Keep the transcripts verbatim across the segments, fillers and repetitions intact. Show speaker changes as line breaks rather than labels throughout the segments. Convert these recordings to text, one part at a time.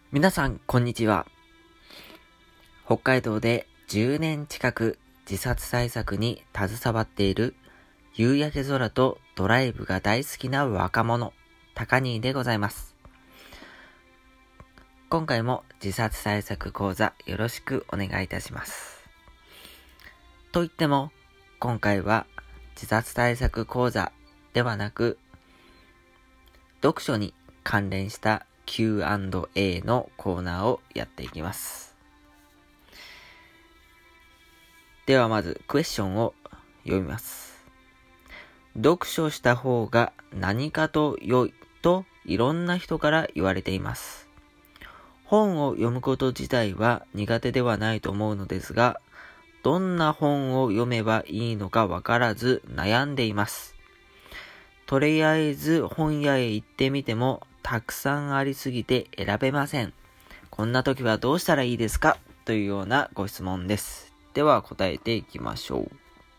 皆さんこんにちは。北海道でじゅうねん近く自殺対策に携わっている夕焼け空とドライブが大好きな若者高兄でございます。今回も自殺対策講座よろしくお願いいたします。といっても今回は自殺対策講座ではなく読書に関連したキューアンドエー のコーナーをやっていきます。ではまずクエスチョンを読みます。読書した方が何かと良いといろんな人から言われています。本を読むこと自体は苦手ではないと思うのですが、どんな本を読めばいいのかわからず悩んでいます。とりあえず本屋へ行ってみてもたくさんありすぎて選べません。こんな時はどうしたらいいですか？というようなご質問です。では答えていきましょう。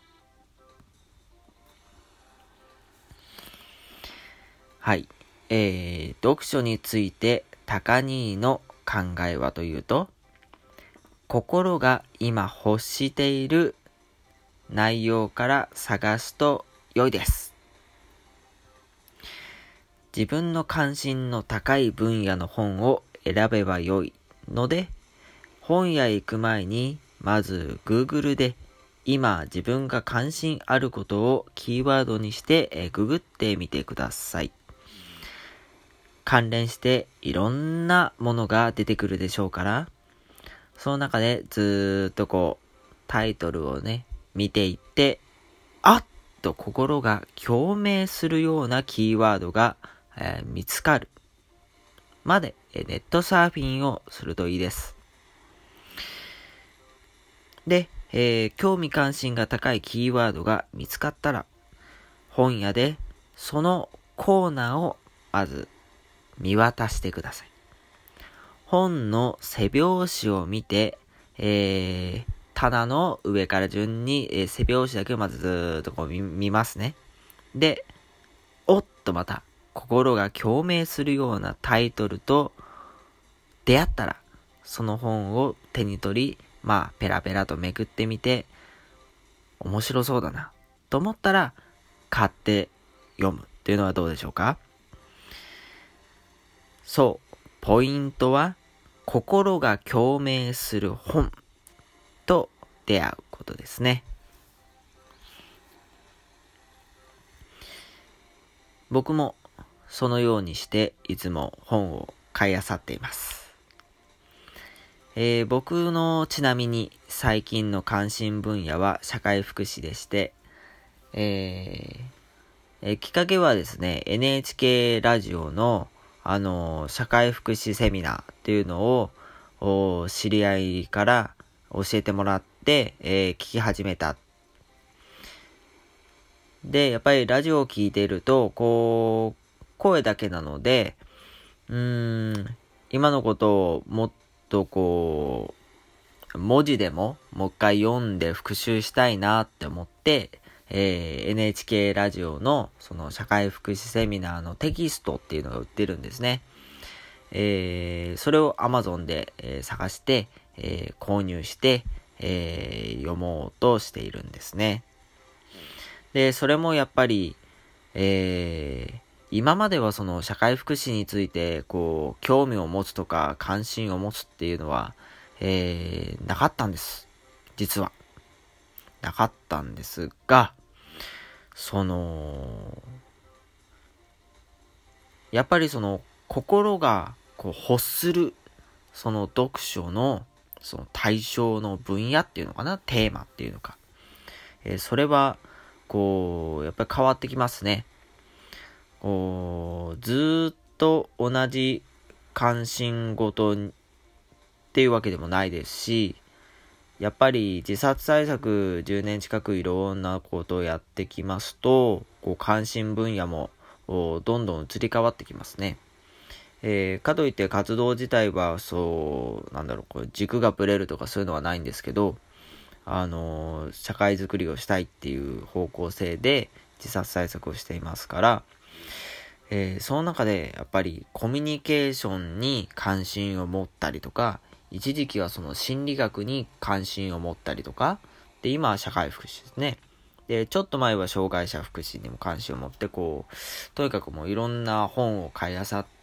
はい、えー、読書について高兄の考えはというと、心が今欲している内容から探すと良いです。自分の関心の高い分野の本を選べば良いので、本屋へ行く前にまず Google で今自分が関心あることをキーワードにしてえググってみてください。関連していろんなものが出てくるでしょうから、その中でずーっとこうタイトルをね見ていって、あっと心が共鳴するようなキーワードが、えー、見つかるまでネットサーフィンをするといいです。で、えー、興味関心が高いキーワードが見つかったら、本屋でそのコーナーをまず見渡してください。本の背表紙を見て、えー、棚の上から順に、えー、背表紙だけをまずずーっとこう 見, 見ますね。で、おっとまた心が共鳴するようなタイトルと出会ったら、その本を手に取り、まあペラペラとめくってみて、面白そうだなと思ったら買って読むっていうのはどうでしょうか？そう、ポイントは心が共鳴する本と出会うことですね。僕もそのようにしていつも本を買い漁っています。えー、僕のちなみに最近の関心分野は社会福祉でして、えーえー、きっかけはですね エヌエイチケー ラジオのあのー、社会福祉セミナーっていうのを知り合いから教えてもらって、えー、聞き始めた。でやっぱりラジオを聞いているとこう声だけなので、うーん今のことをもっとこう文字でももう一回読んで復習したいなって思って、えー、エヌエイチケー ラジオのその社会福祉セミナーのテキストっていうのが売ってるんですね。えー、それを Amazon で、えー、探して、えー、購入して、えー、読もうとしているんですね。でそれもやっぱり、えー、今まではその社会福祉についてこう興味を持つとか関心を持つっていうのは、えー、なかったんです。実はなかったんですが、そのやっぱりその心がこう欲するその読書のその対象の分野っていうのかな、テーマっていうのか、えー、それはこうやっぱり変わってきますね。こうずーっと同じ関心事っていうわけでもないですし、やっぱり自殺対策じゅうねん近くいろんなことをやってきますと、こう関心分野もどんどん移り変わってきますね。えー、かといって活動自体はそうなんだろう、こう軸がぶれるとかそういうのはないんですけど、あのー、社会づくりをしたいっていう方向性で自殺対策をしていますから、 えー、その中でやっぱりコミュニケーションに関心を持ったりとか、一時期はその心理学に関心を持ったりとか、で、今は社会福祉ですね。で、ちょっと前は障害者福祉にも関心を持って、こう、とにかくもういろんな本を買い漁って、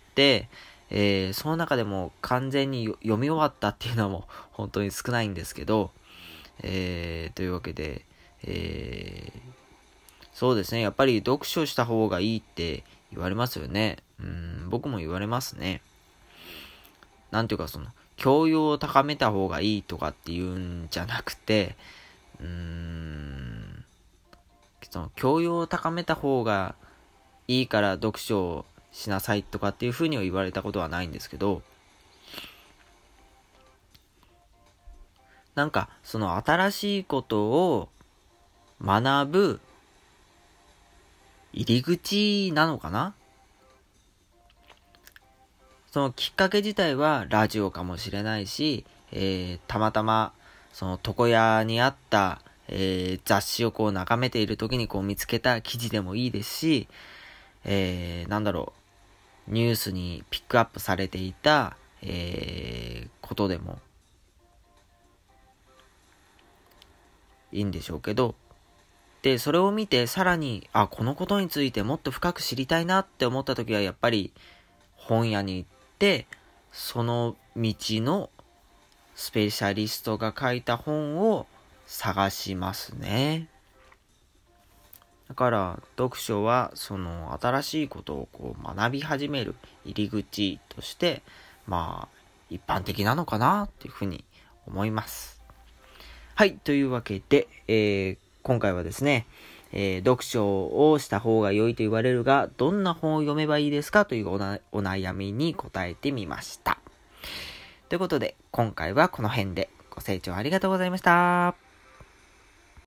えー、その中でも完全に読み終わったっていうのも本当に少ないんですけど、えー、というわけで、えー、そうですね、やっぱり読書した方がいいって言われますよね。うん、僕も言われますね。なんていうかその、教養を高めた方がいいとかっていうんじゃなくて、うーん、その教養を高めた方がいいから読書をしなさいとかっていうふうには言われたことはないんですけど、なんかその新しいことを学ぶ入り口なのかな。そのきっかけ自体はラジオかもしれないし、えー、たまたまその床屋にあった、えー、雑誌をこう眺めている時にこう見つけた記事でもいいですし、えー、なんだろう、ニュースにピックアップされていた、えー、ことでもいいんでしょうけど、で、それを見てさらに、あ、このことについてもっと深く知りたいなって思った時はやっぱり本屋に行って、その道のスペシャリストが書いた本を探しますね。だから読書はその新しいことをこう学び始める入り口としてまあ一般的なのかなっていうふうに思います。はい、というわけで、えー、今回はですね、えー、読書をした方が良いと言われるがどんな本を読めばいいですかというおなお悩みに答えてみました。ということで今回はこの辺でご清聴ありがとうございました。